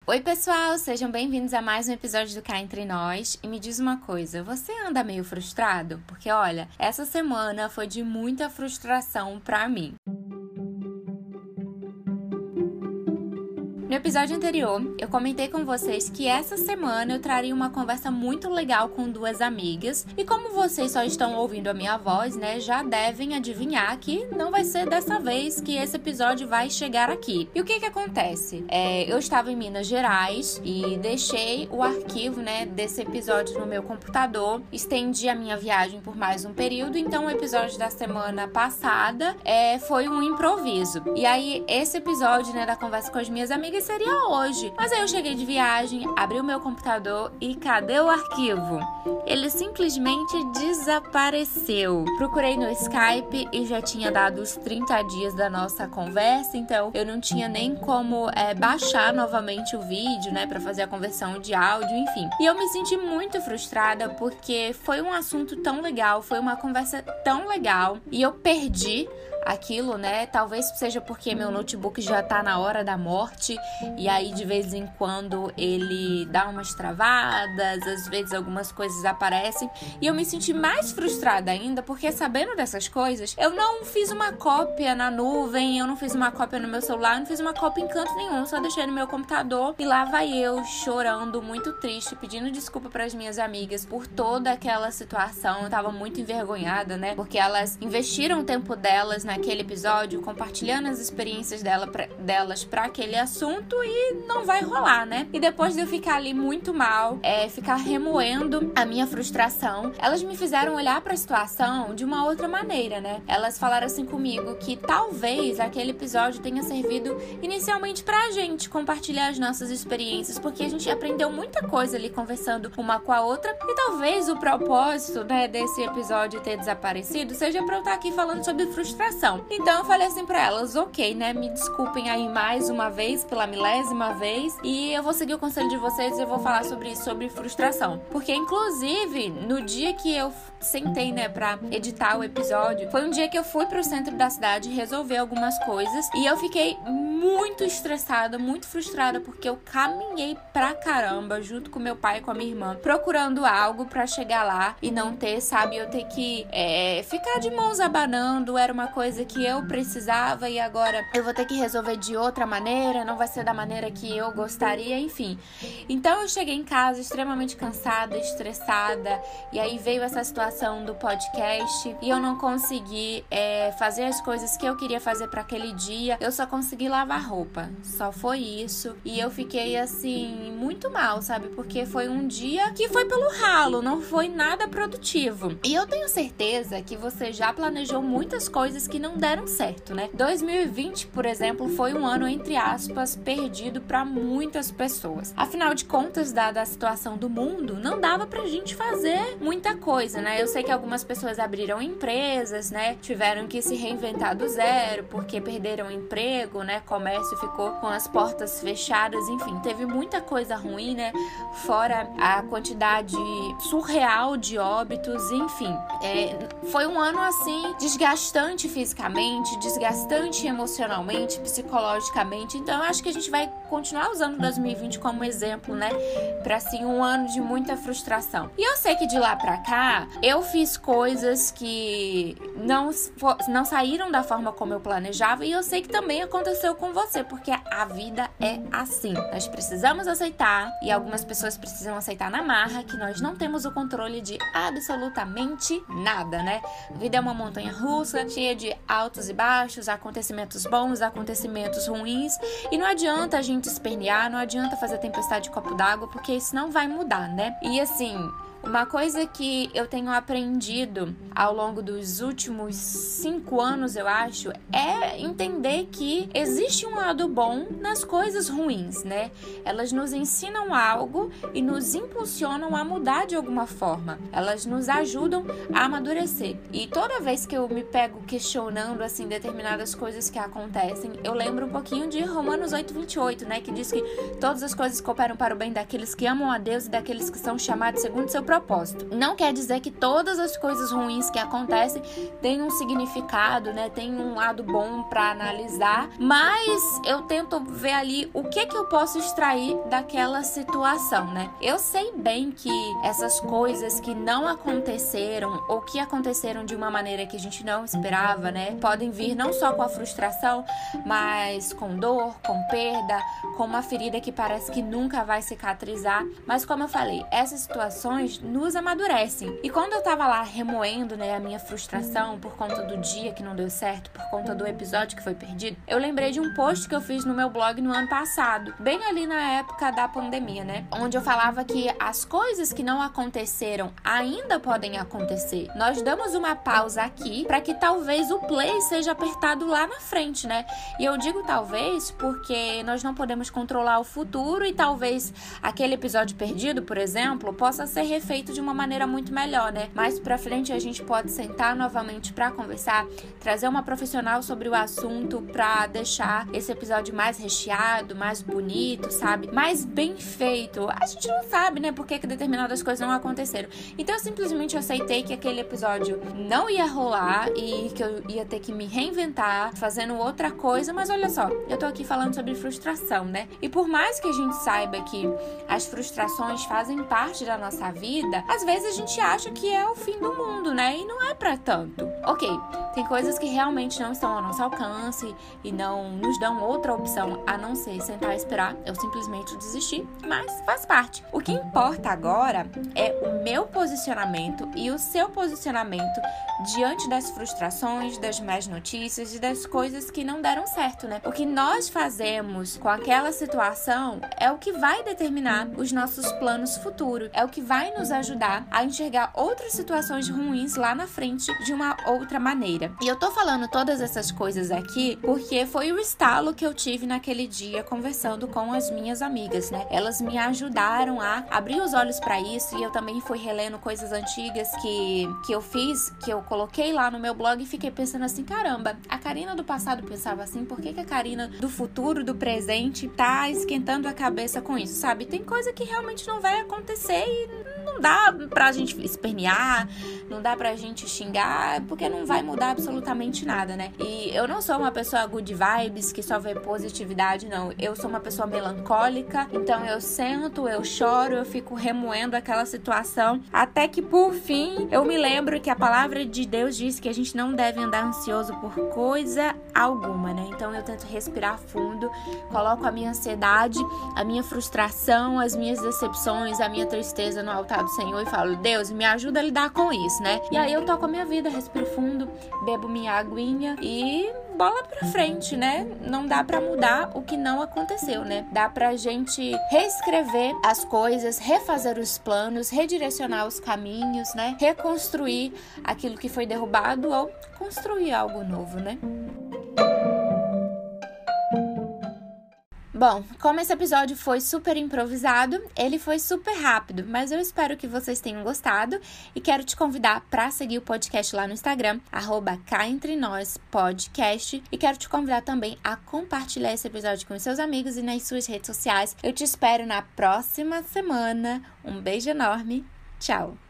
Oi pessoal, sejam bem-vindos a mais um episódio do Cá Entre Nós. E me diz uma coisa, você anda meio frustrado? Porque olha, essa semana foi de muita frustração pra mim. No episódio anterior, eu comentei com vocês que essa semana eu traria uma conversa muito legal com duas amigas. E como vocês só estão ouvindo a minha voz, né, já devem adivinhar que não vai ser dessa vez que esse episódio vai chegar aqui. E o que acontece? Eu estava em Minas Gerais e deixei o arquivo, né, desse episódio no meu computador. Estendi a minha viagem por mais um período, então o episódio da semana passada foi um improviso. E aí, esse episódio, né, da conversa com as minhas amigas seria hoje. Mas aí eu cheguei de viagem, abri o meu computador e cadê o arquivo? Ele simplesmente desapareceu. Procurei no Skype e já tinha dado os 30 dias da nossa conversa, então eu não tinha nem como baixar novamente o vídeo, né, pra fazer a conversão de áudio, enfim. E eu me senti muito frustrada porque foi um assunto tão legal, foi uma conversa tão legal e eu perdi aquilo, né? Talvez seja porque meu notebook já tá na hora da morte e aí de vez em quando ele dá umas travadas, às vezes algumas coisas aparecem e eu me senti mais frustrada ainda porque sabendo dessas coisas, eu não fiz uma cópia na nuvem, eu não fiz uma cópia no meu celular, eu não fiz uma cópia em canto nenhum, só deixei no meu computador e lá vai eu chorando, muito triste, pedindo desculpa para as minhas amigas por toda aquela situação. Eu tava muito envergonhada, né? Porque elas investiram o tempo delas naquele episódio, compartilhando as experiências delas para aquele assunto e não vai rolar, né? E depois de eu ficar ali muito mal, ficar remoendo a minha frustração, elas me fizeram olhar para a situação de uma outra maneira, né? Elas falaram assim comigo que talvez aquele episódio tenha servido inicialmente pra gente compartilhar as nossas experiências, porque a gente aprendeu muita coisa ali conversando uma com a outra e talvez o propósito, né, desse episódio ter desaparecido seja pra eu estar aqui falando sobre frustração. Então eu falei assim pra elas, ok, né, me desculpem aí mais uma vez, pela milésima vez, e eu vou seguir o conselho de vocês e eu vou falar sobre isso, sobre frustração. Porque inclusive, no dia que eu sentei, né, pra editar o episódio, foi um dia que eu fui pro centro da cidade resolver algumas coisas e eu fiquei muito estressada, muito frustrada, porque eu caminhei pra caramba junto com meu pai e com a minha irmã, procurando algo pra chegar lá e não ter, sabe, eu ter que ficar de mãos abanando, era uma coisa que eu precisava e agora eu vou ter que resolver de outra maneira, não vai ser da maneira que eu gostaria, enfim. Então eu cheguei em casa extremamente cansada, estressada, e aí veio essa situação do podcast e eu não consegui fazer as coisas que eu queria fazer pra aquele dia, eu só consegui lavar roupa, só foi isso, e eu fiquei assim, muito mal, sabe, porque foi um dia que foi pelo ralo, não foi nada produtivo, e eu tenho certeza que você já planejou muitas coisas que não deram certo, né? 2020, por exemplo, foi um ano, entre aspas, perdido pra muitas pessoas, afinal de contas, dada a situação do mundo, não dava pra gente fazer muita coisa, né? Eu sei que algumas pessoas abriram empresas, né, tiveram que se reinventar do zero, porque perderam o emprego, né, comércio ficou com as portas fechadas, enfim, teve muita coisa ruim, né, fora a quantidade surreal de óbitos, enfim, foi um ano, assim, desgastante fisicamente, desgastante emocionalmente, psicologicamente, então eu acho que a gente vai continuar usando 2020 como exemplo, né, pra, assim, um ano de muita frustração. E eu sei que de lá pra cá, eu fiz coisas que não saíram da forma como eu planejava e eu sei que também aconteceu com você, porque a vida é assim. Nós precisamos aceitar, e algumas pessoas precisam aceitar na marra, que nós não temos o controle de absolutamente nada, né? A vida é uma montanha russa, cheia de altos e baixos, acontecimentos bons, acontecimentos ruins, e não adianta a gente espernear, não adianta fazer tempestade de copo d'água, porque isso não vai mudar, né? E assim, uma coisa que eu tenho aprendido ao longo dos últimos 5 anos, eu acho, é entender que existe um lado bom nas coisas ruins, né? Elas nos ensinam algo e nos impulsionam a mudar de alguma forma. Elas nos ajudam a amadurecer. E toda vez que eu me pego questionando, assim, determinadas coisas que acontecem, eu lembro um pouquinho de Romanos 8:28, né? Que diz que todas as coisas cooperam para o bem daqueles que amam a Deus e daqueles que são chamados segundo seu propósito. propósito. Não quer dizer que todas as coisas ruins que acontecem têm um significado, né? Tem um lado bom para analisar, mas eu tento ver ali o que eu posso extrair daquela situação, né? Eu sei bem que essas coisas que não aconteceram ou que aconteceram de uma maneira que a gente não esperava, né? Podem vir não só com a frustração, mas com dor, com perda, com uma ferida que parece que nunca vai cicatrizar. Mas como eu falei, essas situações nos amadurecem. E quando eu tava lá remoendo, né, a minha frustração por conta do dia que não deu certo, por conta do episódio que foi perdido, eu lembrei de um post que eu fiz no meu blog no ano passado, bem ali na época da pandemia, né? Onde eu falava que as coisas que não aconteceram ainda podem acontecer. Nós damos uma pausa aqui para que talvez o play seja apertado lá na frente, né? E eu digo talvez porque nós não podemos controlar o futuro e talvez aquele episódio perdido, por exemplo, possa ser refeito de uma maneira muito melhor, né? Mais pra frente a gente pode sentar novamente para conversar, trazer uma profissional sobre o assunto para deixar esse episódio mais recheado, mais bonito, sabe? Mais bem feito. A gente não sabe, né, por que determinadas coisas não aconteceram. Então eu simplesmente aceitei que aquele episódio não ia rolar e que eu ia ter que me reinventar, fazendo outra coisa, mas olha só, eu tô aqui falando sobre frustração, né? E por mais que a gente saiba que as frustrações fazem parte da nossa vida, às vezes a gente acha que é o fim do mundo, né? E não é pra tanto. Ok, tem coisas que realmente não estão ao nosso alcance e não nos dão outra opção a não ser sentar e esperar. Eu simplesmente desisti, mas faz parte. O que importa agora é o meu posicionamento e o seu posicionamento diante das frustrações, das más notícias e das coisas que não deram certo, né? O que nós fazemos com aquela situação é o que vai determinar os nossos planos futuros, é o que vai nos ajudar a enxergar outras situações ruins lá na frente de uma outra maneira. E eu tô falando todas essas coisas aqui porque foi o estalo que eu tive naquele dia conversando com as minhas amigas, né? Elas me ajudaram a abrir os olhos pra isso e eu também fui relendo coisas antigas que eu fiz, que eu coloquei lá no meu blog e fiquei pensando assim, caramba, a Karina do passado pensava assim, por que a Karina do futuro, do presente, tá esquentando a cabeça com isso, sabe? Tem coisa que realmente não vai acontecer e não dá pra gente espernear, não dá pra gente xingar, porque não vai mudar absolutamente nada, né? E eu não sou uma pessoa good vibes, que só vê positividade, não. Eu sou uma pessoa melancólica, então eu sento, eu choro, eu fico remoendo aquela situação, até que por fim eu me lembro que a palavra de Deus diz que a gente não deve andar ansioso por coisa alguma, né? Então eu tento respirar fundo, coloco a minha ansiedade, a minha frustração, as minhas decepções, a minha tristeza no altar do Senhor e falo, Deus, me ajuda a lidar com isso, né? E aí eu toco a minha vida, respiro fundo, bebo minha aguinha e bola pra frente, né? Não dá pra mudar o que não aconteceu, né? Dá pra gente reescrever as coisas, refazer os planos, redirecionar os caminhos, né? Reconstruir aquilo que foi derrubado ou construir algo novo, né? Bom, como esse episódio foi super improvisado, ele foi super rápido, mas eu espero que vocês tenham gostado e quero te convidar para seguir o podcast lá no Instagram, @caentrenospodcast, e quero te convidar também a compartilhar esse episódio com os seus amigos e nas suas redes sociais. Eu te espero na próxima semana. Um beijo enorme. Tchau!